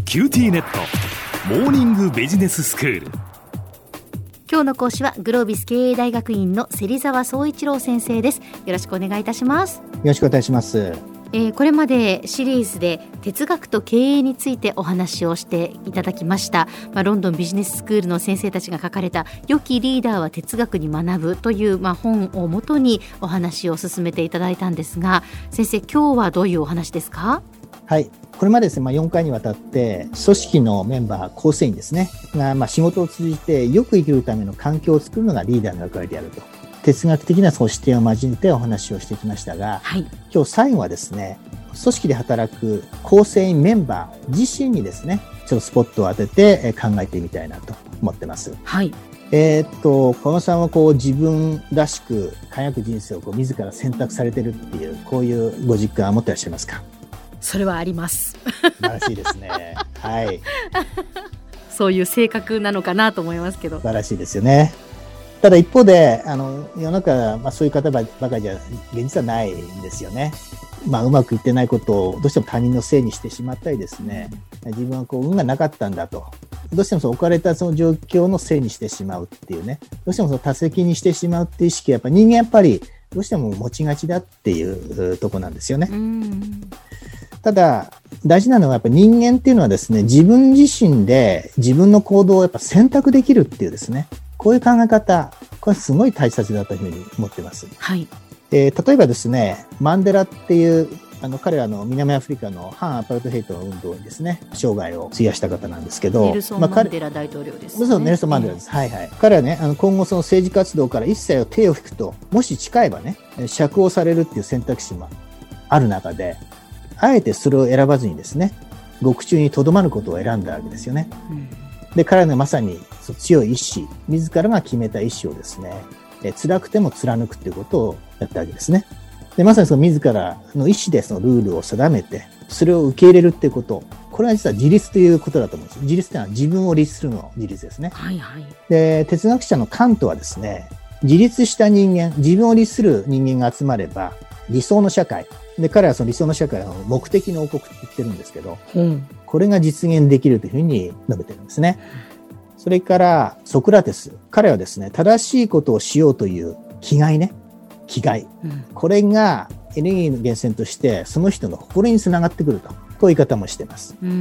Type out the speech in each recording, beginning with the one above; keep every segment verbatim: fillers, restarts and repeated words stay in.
キューティーネットモーニングビジネススクール。 今日の講師はグロービス経営大学院の芹沢総一郎先生です。よろしくお願いいたします。よろしくお願いします。 えー、これまでシリーズで哲学と経営についてお話をしていただきました、まあ、ロンドンビジネススクールの先生たちが書かれた良きリーダーは哲学に学ぶという、まあ、本をもとにお話を進めていただいたんですが、先生今日はどういうお話ですか？ はい、これまでですね、まあ、よんかいにわたって組織のメンバー構成員ですねが、まあ、仕事を通じてよく生きるための環境を作るのがリーダーの役割であると、哲学的なその視点を交えてお話をしてきましたが、はい、今日最後はですね、組織で働く構成員メンバー自身にですね、ちょっとスポットを当てて考えてみたいなと思ってます。 はい。 えー、っと小野さんはこう自分らしく輝く人生をこう自ら選択されてるっていう、こういうご実感を持っていらっしゃいますか？ それはあります。 素晴らしいですね。はい。 そういう性格なのかなと思いますけど。 素晴らしいですよね。ただ一方で、あの、世の中は、まあ、そういう方ばかりじゃ現実はないんですよね。まあ、うまくいってないことをどうしても他人のせいにしてしまったりですね、自分はこう運がなかったんだと、どうしてもそう置かれたその状況のせいにしてしまうっていうね、どうしてもその他責にしてしまうっていう意識はやっぱ人間やっぱりどうしても持ちがちだっていうとこなんですよね。うんただ大事なのはやっぱ人間っていうのはですね、自分自身で自分の行動をやっぱ選択できるっていうですね、こういう考え方、これすごい大切だというふうに思ってます。 はい。 えー、例えばですね、マンデラっていうあの彼はあの南アフリカの反アパルトヘイトの運動にですね、生涯を費やした方なんですけど、 ネルソン・マンデラ大統領ですね。 そう、ネルソン・マンデラです。えー、はいはい。彼はね、あの今後その政治活動から一切を手を引くと、もし誓えばね、釈放されるっていう選択肢もある中で、あえてそれを選ばずにですね、獄中に留まることを選んだわけですよね。うん、で、彼のまさに強い意志、自らが決めた意志をですね、え辛くても貫くということをやったわけですね。で、まさにその自らの意志でそのルールを定めて、それを受け入れるっていうこと、これは実は自立ということだと思うんです。自立というのは自分を律するの自立ですね。 はいはい。 で、哲学者のカントはですね、自立した人間、自分を律する人間が集まれば理想の社会、で彼はその理想の社会を目的の王国って言ってるんですけど、うん、これが実現できるというふうに述べてるんですね。それからソクラテス、彼はですね、正しいことをしようという気概ね、気概、うん、これがエネルギーの源泉としてその人の誇りにつながってくると、こういう言い方もしてます。うん、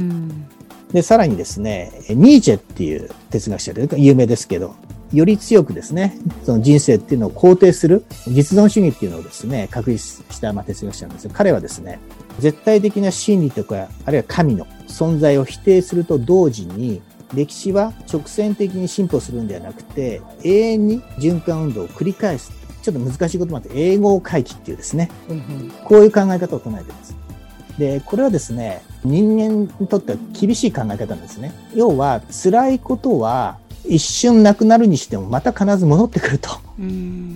でさらにですね、ニーチェっていう哲学者で有名ですけど、より強くですね、その人生っていうのを肯定する実存主義っていうのをですね、確立したまあ哲学者なんですが、彼はですね、絶対的な真理とか、あるいは神の存在を否定すると同時に、歴史は直線的に進歩するんではなくて、永遠に循環運動を繰り返す。ちょっと難しい言葉で、永劫回帰っていうですね、うんうん、こういう考え方を唱えています。で、これはですね、人間にとっては厳しい考え方なんですね。要は、辛いことは、一瞬なくなるにしてもまた必ず戻ってくると。うん、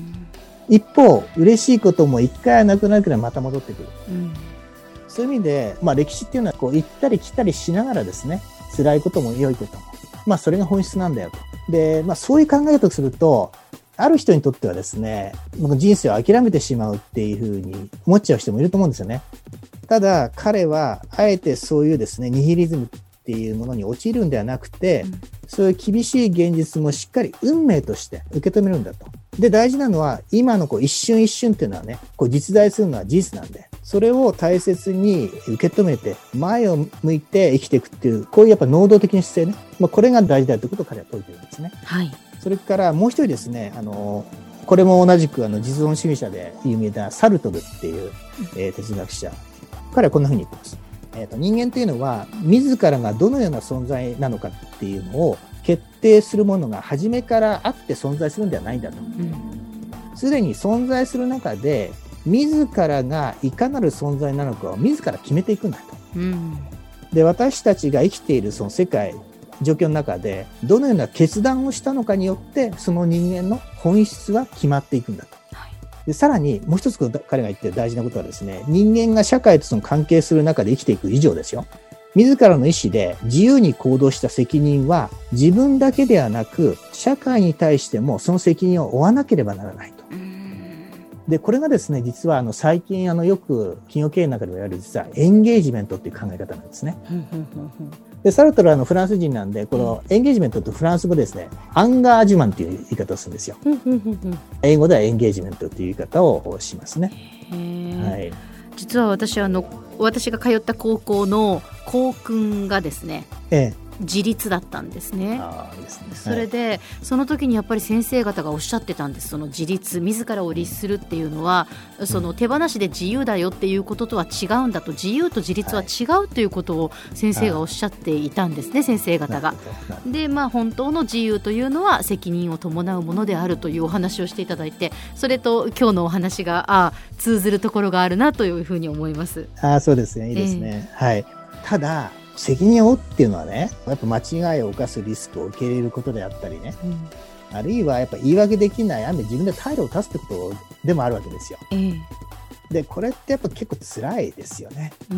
一方嬉しいことも一回はなくなるけどまた戻ってくる、うん、そういう意味で、まあ、歴史っていうのはこう行ったり来たりしながらですね、辛いことも良いことも、まあ、それが本質なんだよと。で、まあ、そういう考え方をするとある人にとってはですね、人生を諦めてしまうっていうふうに思っちゃう人もいると思うんですよね。ただ彼はあえてそういうですね、ニヒリズムっていうものに陥るんではなくて、うん、そういう厳しい現実もしっかり運命として受け止めるんだと。で、大事なのは今のこう一瞬一瞬っていうのはね、こう実在するのは事実なんで、それを大切に受け止めて前を向いて生きていくっていう、こういうやっぱ能動的な姿勢ね、まあ、これが大事だということを彼は説いてるんですね。 はい。それからもう一人ですね、あのこれも同じくあの実存主義者で有名なサルトルっていう、えー、哲学者、彼はこんなふうに言ってます。えーと、人間というのは自らがどのような存在なのかっていうのを決定するものが初めからあって存在するんではないんだと。すで、うん、に存在する中で自らがいかなる存在なのかを自ら決めていくんだと。うん、で、私たちが生きているその世界状況の中でどのような決断をしたのかによってその人間の本質は決まっていくんだと。でさらにもう一つ彼が言ってる大事なことはですね、人間が社会とその関係する中で生きていく以上ですよ、自らの意思で自由に行動した責任は自分だけではなく社会に対してもその責任を負わなければならないと。でこれがですね、実はあの最近あのよく企業経営の中でも言われる実はエンゲージメントっていう考え方なんですね。 でサルトルはあのフランス人なんで、このエンゲージメントとフランス語ですね、アンガージュマンという言い方をするんですよ。英語ではエンゲージメントという言い方をしますね。 はい、実は私あの私が通った高校の校訓がですね、ええ、自立だったんですね。あーですね。それで、はい、その時にやっぱり先生方がおっしゃってたんです。その自立、自らを律するっていうのは、その手放しで自由だよっていうこととは違うんだと、自由と自立は違うということを先生がおっしゃっていたんですね、先生方が。で、まあ、本当の自由というのは責任を伴うものであるというお話をしていただいて、それと今日のお話があ通ずるところがあるなというふうに思います。 あ、そうですね、いいですね、えーはい、ただ責任を負うっていうのはね、やっぱ間違いを犯すリスクを受け入れることであったりね、うん、あるいはやっぱ言い訳できない、あるいは自分で退路を断つってことでもあるわけですよ、えー、でこれってやっぱ結構辛いですよね、うん、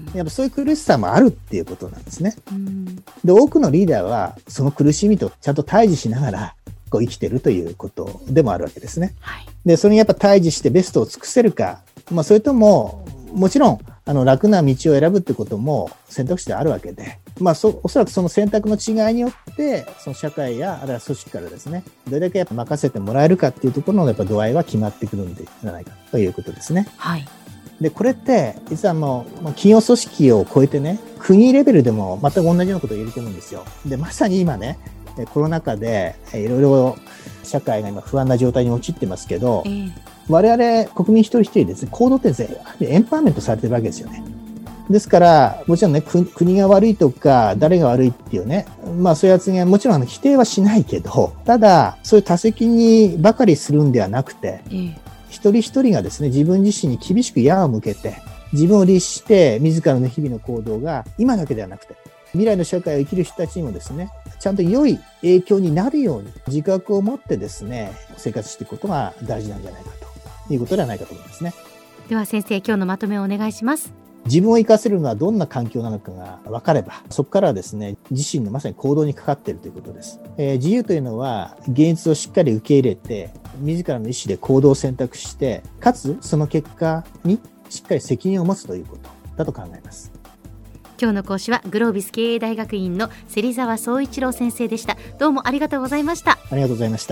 やっぱそういう苦しさもあるっていうことなんですね、うん、で多くのリーダーはその苦しみとちゃんと対峙しながらこう生きてるということでもあるわけですね、はい、でそれにやっぱ対峙してベストを尽くせるか、まあ、それとももちろんあの楽な道を選ぶってことも選択肢であるわけで、まあ、そおそらくその選択の違いによってその社会やあるいは組織からですね、どれだけやっぱ任せてもらえるかっていうところのやっぱ度合いは決まってくるんではないかということですね。はい、でこれって実はもう企業組織を超えてね、国レベルでも全く同じようなことを言えると思うんですよ。でまさに今ね、コロナ禍でいろいろ社会が今不安な状態に陥ってますけど、えー我々国民一人一人ですね、行動ってですね、エンパワーメントされてるわけですよね。ですから、もちろんね、国が悪いとか、誰が悪いっていうね、まあそういう発言はもちろん否定はしないけど、ただ、そういう多責にばかりするんではなくて、うん、一人一人がですね、自分自身に厳しく矢を向けて、自分を律して、自らの日々の行動が、今だけではなくて、未来の社会を生きる人たちにもですね、ちゃんと良い影響になるように、自覚を持ってですね、生活していくことが大事なんじゃないかと。いうことではないかと思いますね。 では先生、今日のまとめをお願いします。 自分を生かせるのはどんな環境なのかが分かれば、そこからはですね、自身のまさに行動にかかっているということです。えー、自由というのは現実をしっかり受け入れて、自らの意思で行動を選択して、かつその結果にしっかり責任を持つということだと考えます。 今日の講師はグロービス経営大学院の芹沢総一郎先生でした。どうもありがとうございました。 ありがとうございました。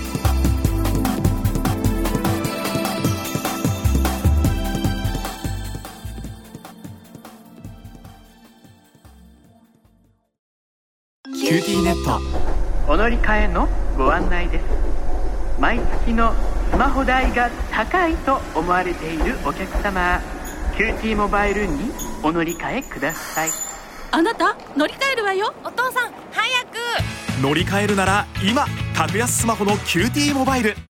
キューティーネットお乗り換えのご案内です。毎月のスマホ代が高いと思われているお客様、キューティーモバイルにお乗り換えください。 あなた乗り換えるわよ。 お父さん早く。 乗り換えるなら今、格安スマホの キューティーモバイル。